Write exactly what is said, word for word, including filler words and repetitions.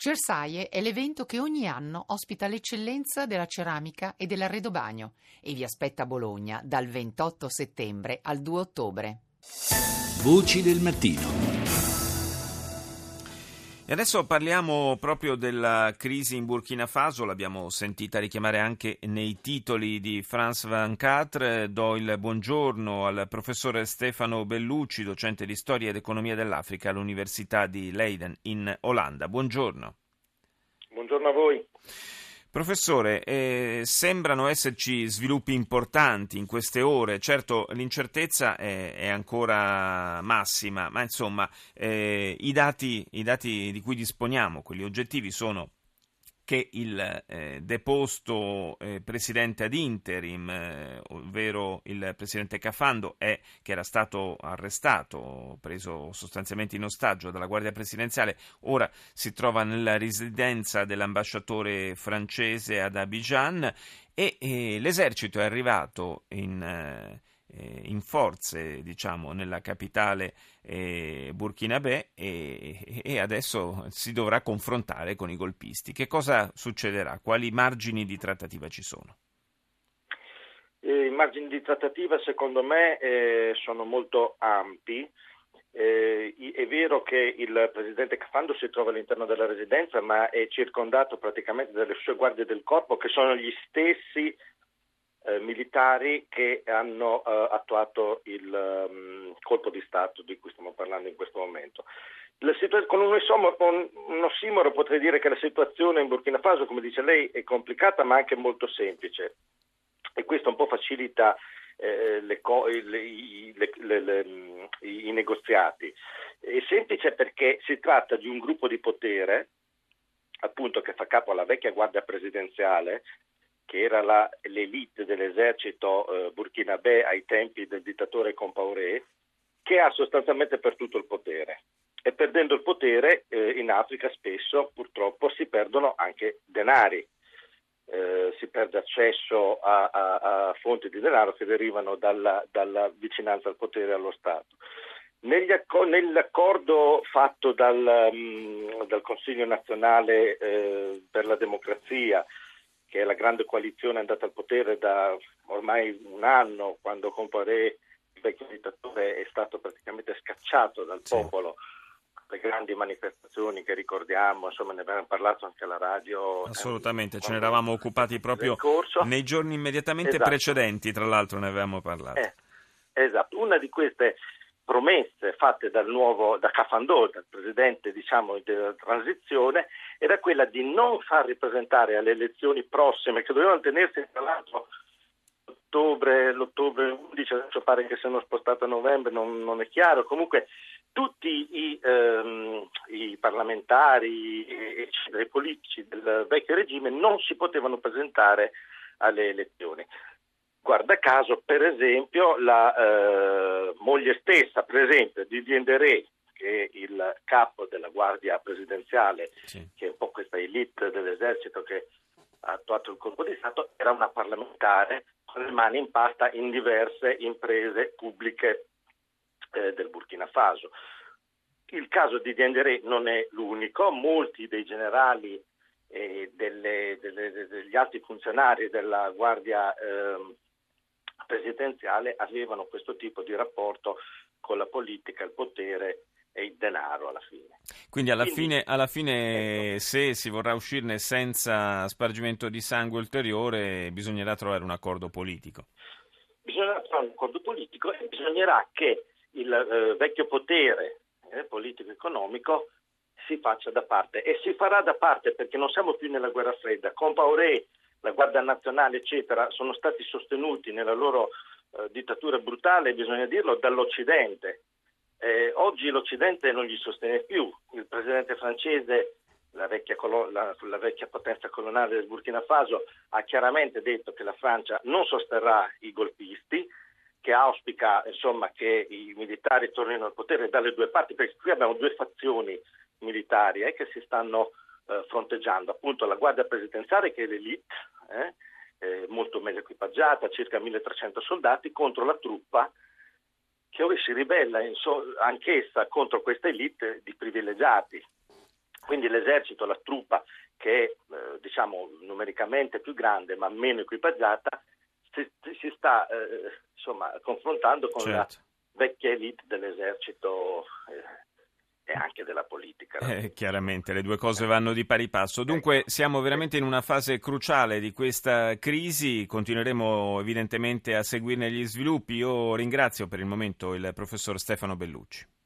Cersaie è l'evento che ogni anno ospita l'eccellenza della ceramica e dell'arredobagno e vi aspetta a Bologna dal ventotto settembre al due ottobre. Voci del mattino. E adesso parliamo proprio della crisi in Burkina Faso, l'abbiamo sentita richiamare anche nei titoli di France ventiquattro. Do il buongiorno al professore Stefano Bellucci, docente di Storia ed Economia dell'Africa all'Università di Leiden in Olanda. Buongiorno. Buongiorno a voi. Professore, eh, sembrano esserci sviluppi importanti in queste ore. Certo, l'incertezza è, è ancora massima, ma insomma eh, i dati, i dati di cui disponiamo, quelli oggettivi, sono che il eh, deposto eh, presidente ad interim, eh, ovvero il presidente Kafando, è, che era stato arrestato, preso sostanzialmente in ostaggio dalla Guardia Presidenziale, ora si trova nella residenza dell'ambasciatore francese ad Abidjan e eh, l'esercito è arrivato in... Eh, in forze, diciamo, nella capitale eh, burkinabè e, e adesso si dovrà confrontare con i golpisti. Che cosa succederà? Quali margini di trattativa ci sono? Eh, I margini di trattativa secondo me eh, sono molto ampi. Eh, è vero che il presidente Kafando si trova all'interno della residenza, ma è circondato praticamente dalle sue guardie del corpo, che sono gli stessi Eh, militari che hanno eh, attuato il um, colpo di Stato di cui stiamo parlando in questo momento. La situa- con un, insomma, con un ossimoro potrei dire che la situazione in Burkina Faso, come dice lei, è complicata ma anche molto semplice, e questo un po' facilita eh, le co- le, i, le, le, le, i, i negoziati. È semplice perché si tratta di un gruppo di potere, appunto, che fa capo alla vecchia guardia presidenziale, che era la, l'elite dell'esercito eh, burkinabè ai tempi del dittatore Compaoré, che ha sostanzialmente perduto il potere. E perdendo il potere eh, in Africa spesso purtroppo si perdono anche denari, eh, si perde accesso a, a, a fonti di denaro che derivano dalla, dalla vicinanza al potere e allo Stato. Negli acc- nell'accordo fatto dal, um, dal Consiglio nazionale eh, per la democrazia, che è la grande coalizione andata al potere da ormai un anno, quando Compaoré, il vecchio dittatore, è stato praticamente scacciato dal sì. popolo, le grandi manifestazioni che ricordiamo, insomma ne abbiamo parlato anche alla radio. Assolutamente, eh, ce ne eravamo occupati proprio nei giorni immediatamente esatto. precedenti, tra l'altro ne avevamo parlato. Eh, esatto, una di queste promesse fatte dal nuovo, da Kafando, dal presidente, diciamo, della transizione, era quella di non far ripresentare alle elezioni prossime, che dovevano tenersi tra l'altro ottobre, l'ottobre undici, adesso pare che siano spostate a novembre, non, non è chiaro, comunque tutti i, ehm, i parlamentari e i politici del vecchio regime non si potevano presentare alle elezioni. Guarda caso, per esempio, la eh, moglie stessa, per esempio, di Diendéré, che è il capo della Guardia Presidenziale, sì. che è un po' questa elite dell'esercito che ha attuato il colpo di Stato, era una parlamentare con le mani in pasta in diverse imprese pubbliche eh, del Burkina Faso. Il caso di Diendéré non è l'unico, molti dei generali e delle, delle, degli alti funzionari della Guardia eh, presidenziale avevano questo tipo di rapporto con la politica, il potere e il denaro alla fine. Quindi alla Quindi, fine, alla fine ecco, se si vorrà uscirne senza spargimento di sangue ulteriore, bisognerà trovare un accordo politico. Bisognerà trovare un accordo politico e bisognerà che il eh, vecchio potere eh, politico-economico si faccia da parte, e si farà da parte perché non siamo più nella guerra fredda. Compaoré, la Guardia Nazionale, eccetera, sono stati sostenuti nella loro eh, dittatura brutale, bisogna dirlo, dall'Occidente. Eh, oggi l'Occidente non li sostiene più. Il presidente francese, la vecchia, colo- la, la vecchia potenza coloniale del Burkina Faso, ha chiaramente detto che la Francia non sosterrà i golpisti, che auspica insomma che i militari tornino al potere dalle due parti, perché qui abbiamo due fazioni militari eh, che si stanno eh, fronteggiando, appunto la Guardia Presidenziale, che è l'elite, eh, eh, molto meglio equipaggiata, circa milletrecento soldati, contro la truppa che ora si ribella inso- anch'essa contro questa elite di privilegiati. Quindi l'esercito, la truppa che è eh, diciamo numericamente più grande ma meno equipaggiata, si, si sta eh, insomma confrontando con certo. la vecchia elite dell'esercito eh, e anche della politica. Eh, chiaramente, le due cose vanno di pari passo. Dunque siamo veramente in una fase cruciale di questa crisi, continueremo evidentemente a seguirne gli sviluppi. Io ringrazio per il momento il professor Stefano Bellucci.